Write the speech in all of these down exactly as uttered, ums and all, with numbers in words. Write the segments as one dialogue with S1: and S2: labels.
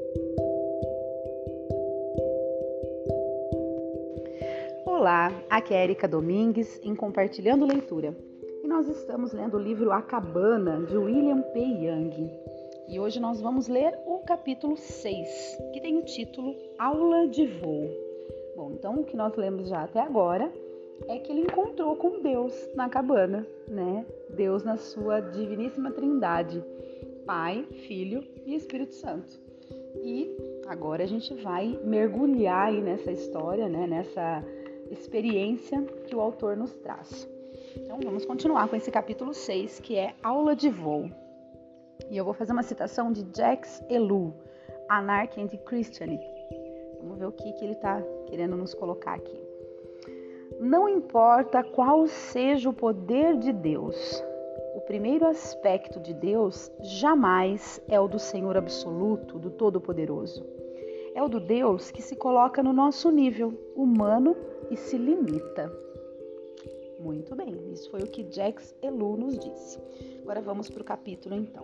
S1: Olá, aqui é Erika Domingues em Compartilhando Leitura e nós estamos lendo o livro A Cabana de William P. Young e hoje nós vamos ler o capítulo seis, que tem o título Aula de Voo. Bom, então o que nós lemos já até agora é que ele encontrou com Deus na cabana, né? Deus na sua diviníssima trindade, Pai, Filho e Espírito Santo. E agora a gente vai mergulhar aí nessa história, né? Nessa experiência que o autor nos traz. Então vamos continuar com esse capítulo seis, que é Aula de Voo. E eu vou fazer uma citação de Jacques Ellul, Anarchy and Christianity. Vamos ver o que, que ele está querendo nos colocar aqui. Não importa qual seja o poder de Deus, o primeiro aspecto de Deus jamais é o do Senhor absoluto, do Todo-Poderoso. É o do Deus que se coloca no nosso nível humano e se limita. Muito bem, isso foi o que Jacques Ellul nos disse. Agora vamos para o capítulo então.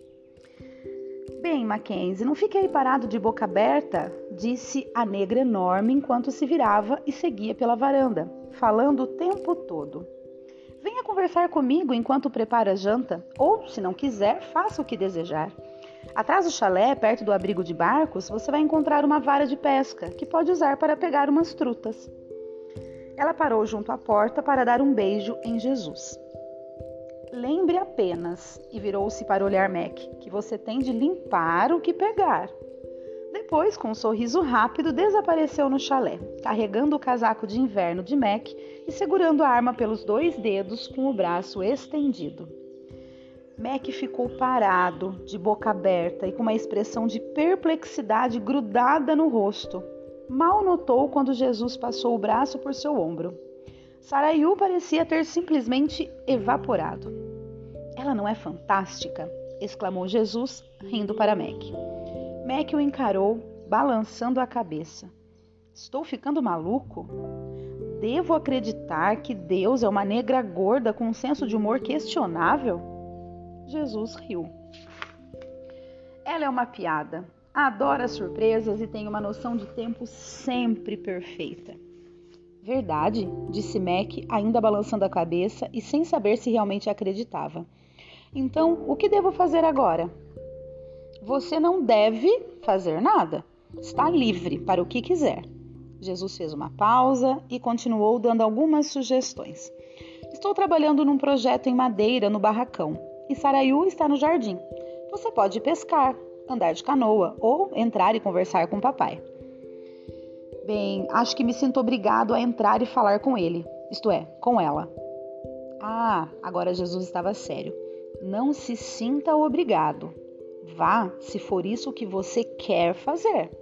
S1: Bem, Mackenzie, não fique aí parado de boca aberta, disse a negra enorme enquanto se virava e seguia pela varanda, falando o tempo todo. Venha conversar comigo enquanto prepara a janta, ou, se não quiser, faça o que desejar. Atrás do chalé, perto do abrigo de barcos, você vai encontrar uma vara de pesca, que pode usar para pegar umas trutas. Ela parou junto à porta para dar um beijo em Jesus. Lembre apenas, e virou-se para olhar Mac, que você tem de limpar o que pegar. Depois, com um sorriso rápido, desapareceu no chalé, carregando o casaco de inverno de Mac e segurando a arma pelos dois dedos com o braço estendido. Mac ficou parado, de boca aberta e com uma expressão de perplexidade grudada no rosto. Mal notou quando Jesus passou o braço por seu ombro. Sarayu parecia ter simplesmente evaporado. Ela não é fantástica? Exclamou Jesus, rindo para Mac. Mac o encarou, balançando a cabeça. Estou ficando maluco? Devo acreditar que Deus é uma negra gorda com um senso de humor questionável? Jesus riu. Ela é uma piada. Adora surpresas e tem uma noção de tempo sempre perfeita. Verdade, disse Mac, ainda balançando a cabeça e sem saber se realmente acreditava. Então, o que devo fazer agora? Você não deve fazer nada. Está livre para o que quiser. Jesus fez uma pausa e continuou dando algumas sugestões. Estou trabalhando num projeto em madeira no barracão e Sarayu está no jardim. Você pode pescar, andar de canoa ou entrar e conversar com o papai. Bem, acho que me sinto obrigado a entrar e falar com ele, isto é, com ela. Ah, agora Jesus estava sério. Não se sinta obrigado. Vá, se for isso que você quer fazer.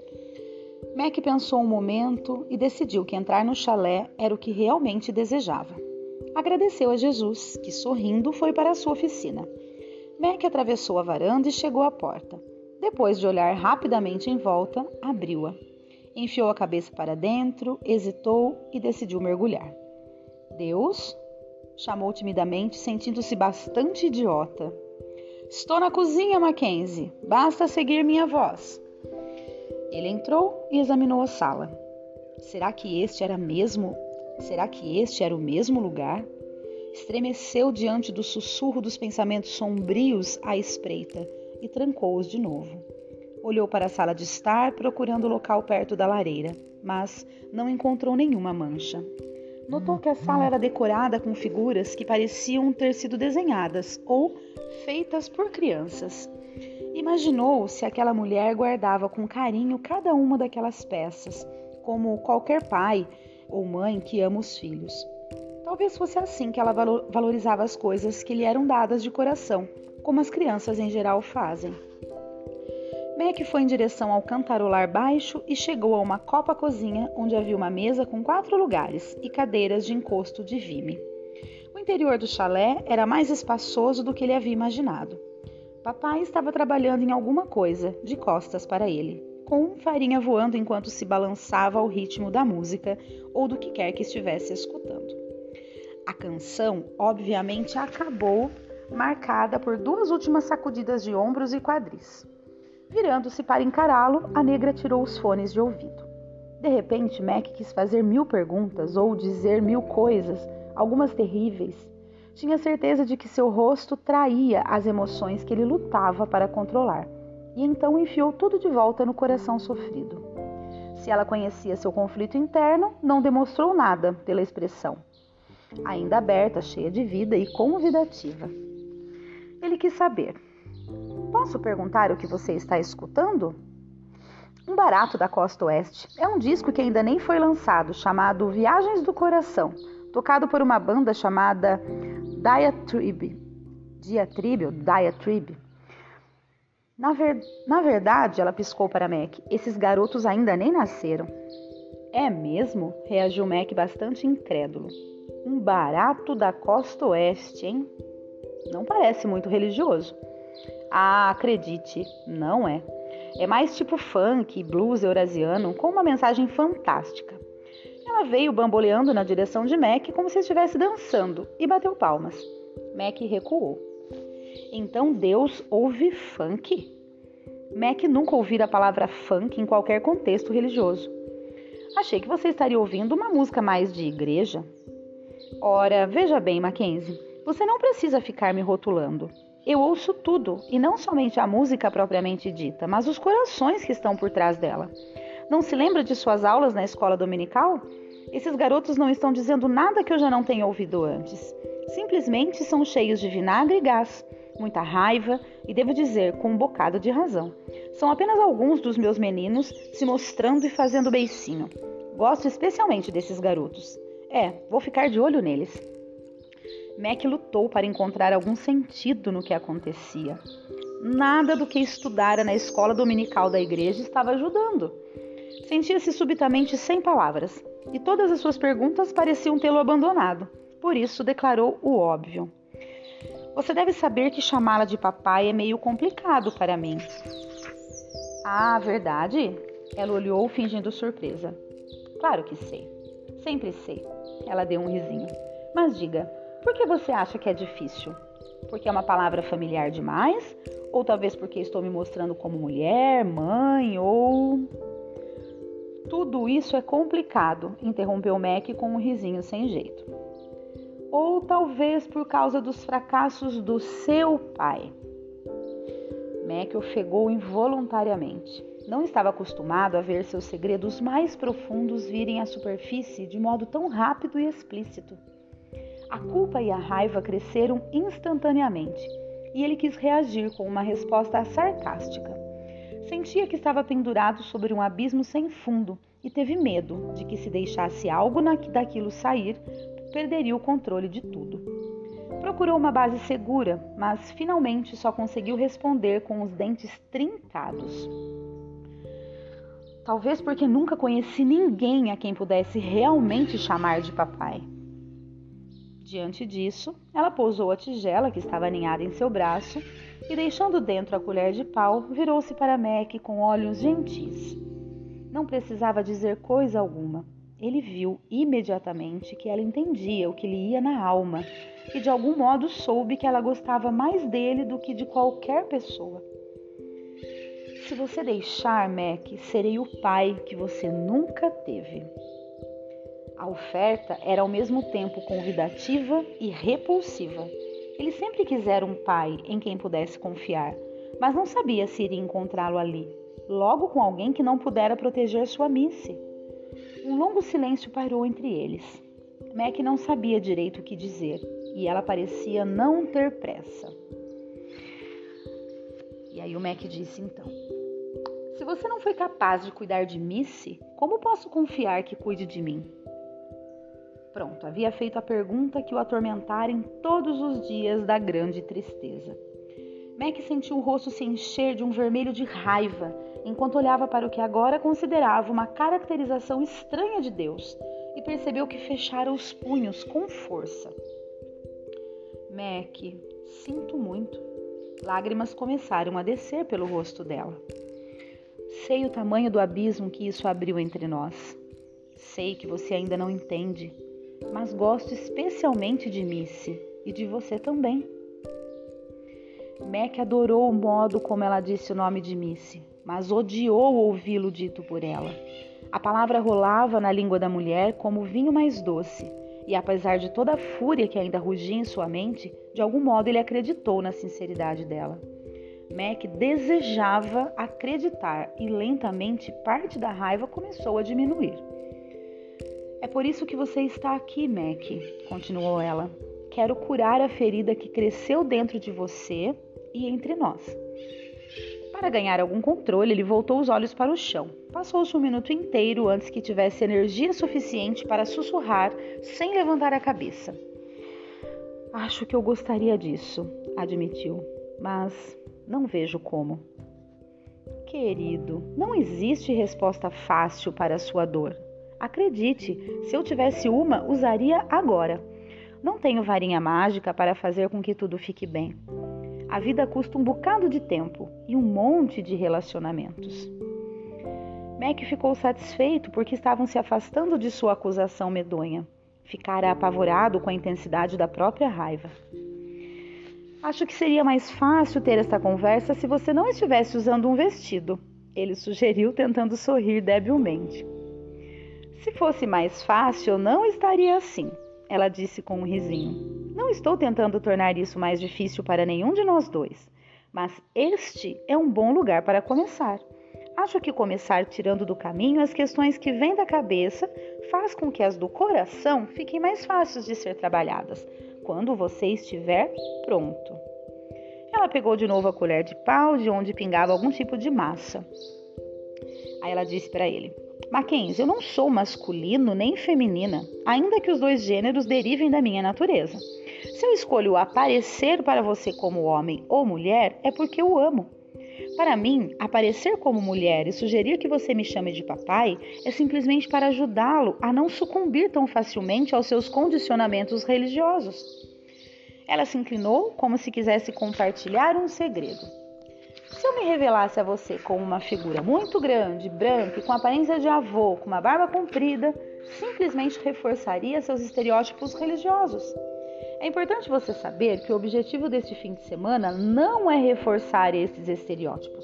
S1: Mac pensou um momento e decidiu que entrar no chalé era o que realmente desejava. Agradeceu a Jesus, que sorrindo foi para a sua oficina. Mac atravessou a varanda e chegou à porta. Depois de olhar rapidamente em volta, abriu-a. Enfiou a cabeça para dentro, hesitou e decidiu mergulhar. Deus? Chamou timidamente, sentindo-se bastante idiota. Estou na cozinha, Mackenzie. Basta seguir minha voz. Ele entrou e examinou a sala. Será que este era mesmo? Será que este era o mesmo lugar? Estremeceu diante do sussurro dos pensamentos sombrios à espreita e trancou-os de novo. Olhou para a sala de estar, procurando o local perto da lareira, mas não encontrou nenhuma mancha. Notou que a sala era decorada com figuras que pareciam ter sido desenhadas ou feitas por crianças. Imaginou se aquela mulher guardava com carinho cada uma daquelas peças, como qualquer pai ou mãe que ama os filhos. Talvez fosse assim que ela valorizava as coisas que lhe eram dadas de coração, como as crianças em geral fazem. Mac foi em direção ao cantarolar baixo e chegou a uma copa-cozinha onde havia uma mesa com quatro lugares e cadeiras de encosto de vime. O interior do chalé era mais espaçoso do que ele havia imaginado. Papai estava trabalhando em alguma coisa, de costas para ele, com farinha voando enquanto se balançava ao ritmo da música ou do que quer que estivesse escutando. A canção, obviamente, acabou, marcada por duas últimas sacudidas de ombros e quadris. Virando-se para encará-lo, a negra tirou os fones de ouvido. De repente, Mac quis fazer mil perguntas ou dizer mil coisas, algumas terríveis. Tinha certeza de que seu rosto traía as emoções que ele lutava para controlar, e então enfiou tudo de volta no coração sofrido. Se ela conhecia seu conflito interno, não demonstrou nada pela expressão, ainda aberta, cheia de vida e convidativa. Ele quis saber: posso perguntar o que você está escutando? Um barato da Costa Oeste. É um disco que ainda nem foi lançado, chamado Viagens do Coração, tocado por uma banda chamada Diatribe. Diatribe ou Diatribe. Na, ver... Na verdade, ela piscou para Mac, esses garotos ainda nem nasceram. É mesmo? Reagiu Mac bastante incrédulo. Um barato da Costa Oeste, hein? Não parece muito religioso. Ah, acredite, não é. É mais tipo funk, blues eurasiano, com uma mensagem fantástica. Ela veio bamboleando na direção de Mac como se estivesse dançando e bateu palmas. Mac recuou. Então Deus ouve funk? Mac nunca ouvira a palavra funk em qualquer contexto religioso. Achei que você estaria ouvindo uma música mais de igreja. Ora, veja bem, Mackenzie, você não precisa ficar me rotulando. Eu ouço tudo, e não somente a música propriamente dita, mas os corações que estão por trás dela. Não se lembra de suas aulas na escola dominical? Esses garotos não estão dizendo nada que eu já não tenha ouvido antes. Simplesmente são cheios de vinagre e gás, muita raiva e, devo dizer, com um bocado de razão. São apenas alguns dos meus meninos se mostrando e fazendo beicinho. Gosto especialmente desses garotos. É, vou ficar de olho neles. Mac lutou para encontrar algum sentido no que acontecia. Nada do que estudara na escola dominical da igreja estava ajudando. Sentia-se subitamente sem palavras, e todas as suas perguntas pareciam tê-lo abandonado. Por isso, declarou o óbvio. Você deve saber que chamá-la de papai é meio complicado para mim. Ah, verdade? Ela olhou fingindo surpresa. Claro que sei. Sempre sei. Ela deu um risinho. Mas diga, por que você acha que é difícil? Porque é uma palavra familiar demais? Ou talvez porque estou me mostrando como mulher, mãe, ou... Tudo isso é complicado, interrompeu Mac com um risinho sem jeito. Ou talvez por causa dos fracassos do seu pai. Mac ofegou involuntariamente. Não estava acostumado a ver seus segredos mais profundos virem à superfície de modo tão rápido e explícito. A culpa e a raiva cresceram instantaneamente, e ele quis reagir com uma resposta sarcástica. Sentia que estava pendurado sobre um abismo sem fundo e teve medo de que, se deixasse algo daquilo sair, perderia o controle de tudo. Procurou uma base segura, mas finalmente só conseguiu responder com os dentes trincados. Talvez porque nunca conheci ninguém a quem pudesse realmente chamar de papai. Diante disso, ela pousou a tigela que estava aninhada em seu braço e, deixando dentro a colher de pau, virou-se para Mac com olhos gentis. Não precisava dizer coisa alguma. Ele viu imediatamente que ela entendia o que lhe ia na alma e, de algum modo, soube que ela gostava mais dele do que de qualquer pessoa. Se você deixar, Mac, serei o pai que você nunca teve. A oferta era ao mesmo tempo convidativa e repulsiva. Ele sempre quisera um pai em quem pudesse confiar, mas não sabia se iria encontrá-lo ali, logo com alguém que não pudera proteger sua Missy. Um longo silêncio pairou entre eles. Mac não sabia direito o que dizer, e ela parecia não ter pressa. E aí o Mac disse então: se você não foi capaz de cuidar de Missy, como posso confiar que cuide de mim? Pronto, havia feito a pergunta que o atormentara em todos os dias da grande tristeza. Mac sentiu o rosto se encher de um vermelho de raiva, enquanto olhava para o que agora considerava uma caracterização estranha de Deus, e percebeu que fechara os punhos com força. Mac, sinto muito. Lágrimas começaram a descer pelo rosto dela. Sei o tamanho do abismo que isso abriu entre nós. Sei que você ainda não entende, mas gosto especialmente de Missy e de você também. Mac adorou o modo como ela disse o nome de Missy, mas odiou ouvi-lo dito por ela. A palavra rolava na língua da mulher como vinho mais doce, e apesar de toda a fúria que ainda rugia em sua mente, de algum modo ele acreditou na sinceridade dela. Mac desejava acreditar e lentamente parte da raiva começou a diminuir. É por isso que você está aqui, Mac, continuou ela. Quero curar a ferida que cresceu dentro de você e entre nós. Para ganhar algum controle, ele voltou os olhos para o chão. Passou-se um minuto inteiro antes que tivesse energia suficiente para sussurrar sem levantar a cabeça. Acho que eu gostaria disso, admitiu, mas não vejo como. Querido, não existe resposta fácil para a sua dor. Acredite, se eu tivesse uma, usaria agora. Não tenho varinha mágica para fazer com que tudo fique bem. A vida custa um bocado de tempo e um monte de relacionamentos. Mac ficou satisfeito porque estavam se afastando de sua acusação medonha. Ficara apavorado com a intensidade da própria raiva. Acho que seria mais fácil ter esta conversa se você não estivesse usando um vestido, ele sugeriu tentando sorrir debilmente. Se fosse mais fácil, eu não estaria assim, ela disse com um risinho. Não estou tentando tornar isso mais difícil para nenhum de nós dois, mas este é um bom lugar para começar. Acho que começar tirando do caminho as questões que vêm da cabeça faz com que as do coração fiquem mais fáceis de ser trabalhadas, quando você estiver pronto. Ela pegou de novo a colher de pau de onde pingava algum tipo de massa. Aí ela disse para ele: Mackenzie, eu não sou masculino nem feminina, ainda que os dois gêneros derivem da minha natureza. Se eu escolho aparecer para você como homem ou mulher, é porque eu amo. Para mim, aparecer como mulher e sugerir que você me chame de papai é simplesmente para ajudá-lo a não sucumbir tão facilmente aos seus condicionamentos religiosos. Ela se inclinou como se quisesse compartilhar um segredo. Se eu me revelasse a você como uma figura muito grande, branca e com aparência de avô, com uma barba comprida, simplesmente reforçaria seus estereótipos religiosos. É importante você saber que o objetivo deste fim de semana não é reforçar esses estereótipos.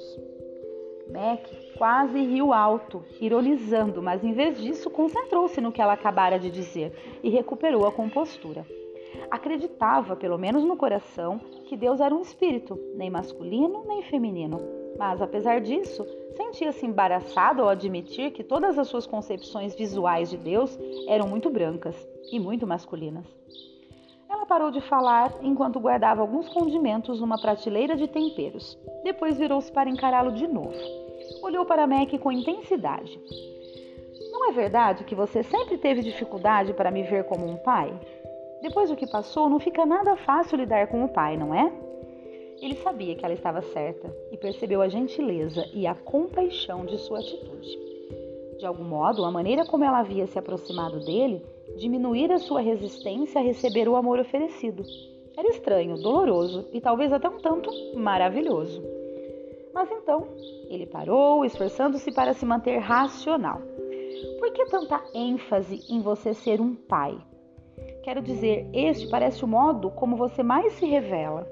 S1: Mac quase riu alto, ironizando, mas em vez disso concentrou-se no que ela acabara de dizer e recuperou a compostura. Acreditava, pelo menos no coração, que Deus era um espírito, nem masculino nem feminino. Mas, apesar disso, sentia-se embaraçado ao admitir que todas as suas concepções visuais de Deus eram muito brancas e muito masculinas. Ela parou de falar enquanto guardava alguns condimentos numa prateleira de temperos. Depois virou-se para encará-lo de novo. Olhou para Mac com intensidade. Não é verdade que você sempre teve dificuldade para me ver como um pai? Depois do que passou, não fica nada fácil lidar com o pai, não é? Ele sabia que ela estava certa e percebeu a gentileza e a compaixão de sua atitude. De algum modo, a maneira como ela havia se aproximado dele diminuíra sua resistência a receber o amor oferecido. Era estranho, doloroso e talvez até um tanto maravilhoso. Mas então, ele parou, esforçando-se para se manter racional. Por que tanta ênfase em você ser um pai? Quero dizer, este parece o modo como você mais se revela.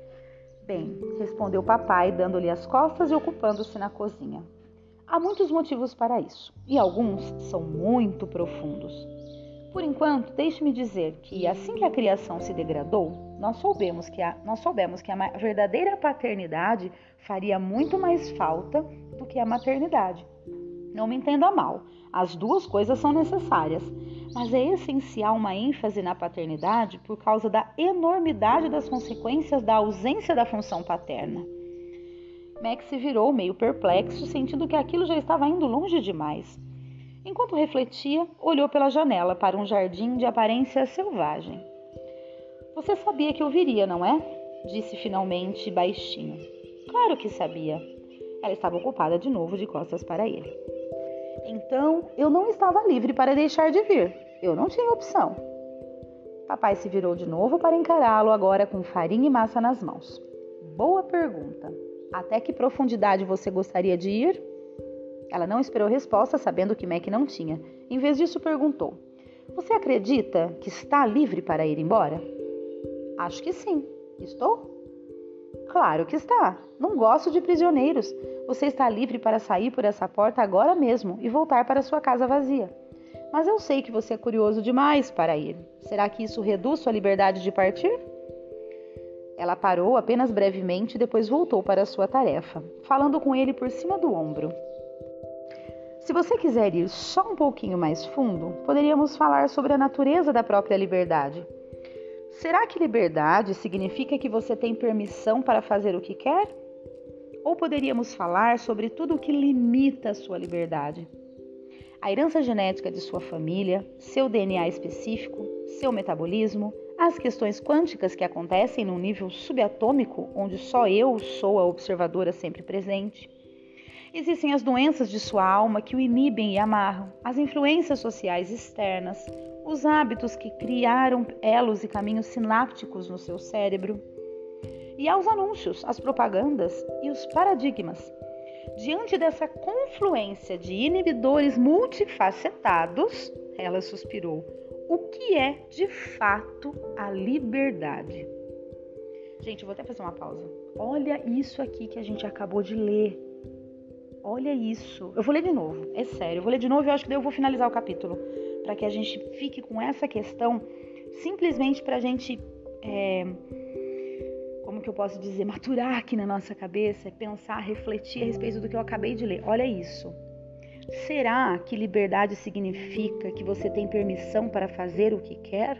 S1: Bem, respondeu o papai, dando-lhe as costas e ocupando-se na cozinha. Há muitos motivos para isso, e alguns são muito profundos. Por enquanto, deixe-me dizer que, assim que a criação se degradou, nós soubemos que a, nós soubemos que a verdadeira paternidade faria muito mais falta do que a maternidade. Não me entenda mal, as duas coisas são necessárias, mas é essencial uma ênfase na paternidade por causa da enormidade das consequências da ausência da função paterna. Mac se virou meio perplexo, sentindo que aquilo já estava indo longe demais. Enquanto refletia, olhou pela janela para um jardim de aparência selvagem. Você sabia que eu viria, não é? Disse finalmente baixinho. Claro que sabia. Ela estava ocupada de novo de costas para ele. Então, eu não estava livre para deixar de vir. Eu não tinha opção. Papai se virou de novo para encará-lo, agora com farinha e massa nas mãos. Boa pergunta. Até que profundidade você gostaria de ir? Ela não esperou resposta, sabendo que Mac não tinha. Em vez disso, perguntou: Você acredita que está livre para ir embora? Acho que sim. Estou? Claro que está. Não gosto de prisioneiros. Você está livre para sair por essa porta agora mesmo e voltar para sua casa vazia. Mas eu sei que você é curioso demais para ir. Será que isso reduz sua liberdade de partir? Ela parou apenas brevemente e depois voltou para a sua tarefa, falando com ele por cima do ombro. Se você quiser ir só um pouquinho mais fundo, poderíamos falar sobre a natureza da própria liberdade. Será que liberdade significa que você tem permissão para fazer o que quer? Ou poderíamos falar sobre tudo o que limita a sua liberdade? A herança genética de sua família, seu D N A específico, seu metabolismo, as questões quânticas que acontecem num nível subatômico, onde só eu sou a observadora sempre presente. Existem as doenças de sua alma que o inibem e amarram, as influências sociais externas, os hábitos que criaram elos e caminhos sinápticos no seu cérebro. E aos anúncios, as propagandas e os paradigmas. Diante dessa confluência de inibidores multifacetados, ela suspirou. O que é, de fato, a liberdade? Gente, eu vou até fazer uma pausa. Olha isso aqui que a gente acabou de ler. Olha isso. Eu vou ler de novo, é sério. Eu vou ler de novo e eu acho que daí eu vou finalizar o capítulo. Para que a gente fique com essa questão, simplesmente para a gente... É, como que eu posso dizer, maturar aqui na nossa cabeça, pensar, refletir a respeito do que eu acabei de ler. Olha isso. Será que liberdade significa que você tem permissão para fazer o que quer?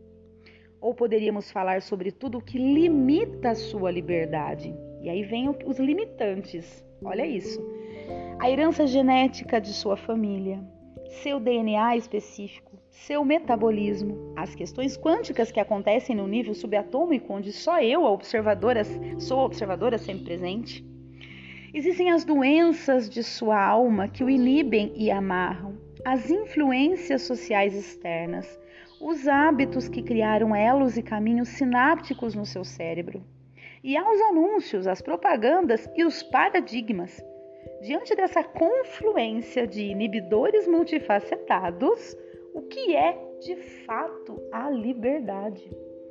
S1: Ou poderíamos falar sobre tudo o que limita a sua liberdade? E aí vem os limitantes. Olha isso. A herança genética de sua família, seu D N A específico, seu metabolismo, as questões quânticas que acontecem no nível subatômico, onde só eu, a observadora, sou a observadora sempre presente. Existem as doenças de sua alma que o inibem e amarram, as influências sociais externas, os hábitos que criaram elos e caminhos sinápticos no seu cérebro. E aos anúncios, as propagandas e os paradigmas. Diante dessa confluência de inibidores multifacetados, o que é, de fato, a liberdade?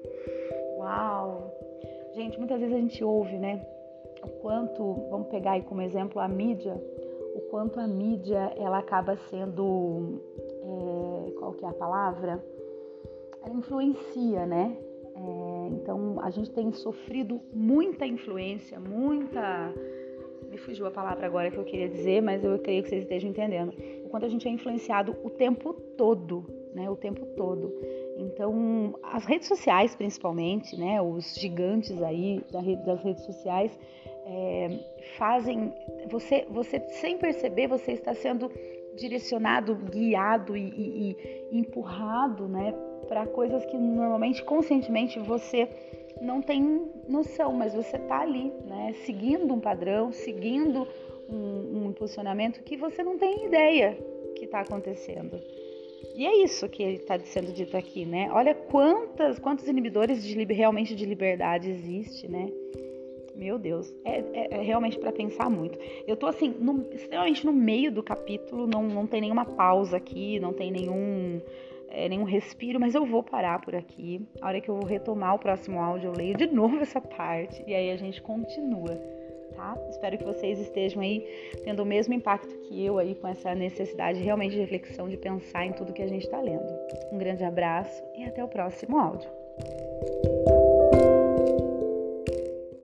S1: Uau! Gente, muitas vezes a gente ouve, né? O quanto, vamos pegar aí como exemplo a mídia, o quanto a mídia, ela acaba sendo, é, qual que é a palavra? Ela influencia, né? É, então, a gente tem sofrido muita influência, muita... Me fugiu a palavra agora que eu queria dizer, mas eu creio que vocês estejam entendendo. O quanto a gente é influenciado o tempo todo, né? O tempo todo. Então, as redes sociais, principalmente, né? Os gigantes aí das redes sociais é, fazem... Você, você, sem perceber, você está sendo direcionado, guiado e, e, e empurrado, né? Para coisas que normalmente, conscientemente, você não tem noção, mas você está ali, né? Seguindo um padrão, seguindo um, um impulsionamento que você não tem ideia que está acontecendo. E é isso que está sendo dito aqui, né? Olha quantas, quantos inibidores de, realmente de liberdade existe, né? Meu Deus, é, é, é realmente para pensar muito. Eu tô assim, no, extremamente no meio do capítulo, não, não tem nenhuma pausa aqui, não tem nenhum... É, nenhum respiro, mas eu vou parar por aqui. A hora que eu vou retomar o próximo áudio, eu leio de novo essa parte e aí a gente continua, tá? Espero que vocês estejam aí tendo o mesmo impacto que eu aí com essa necessidade realmente de reflexão, de pensar em tudo que a gente está lendo. Um grande abraço e até o próximo áudio.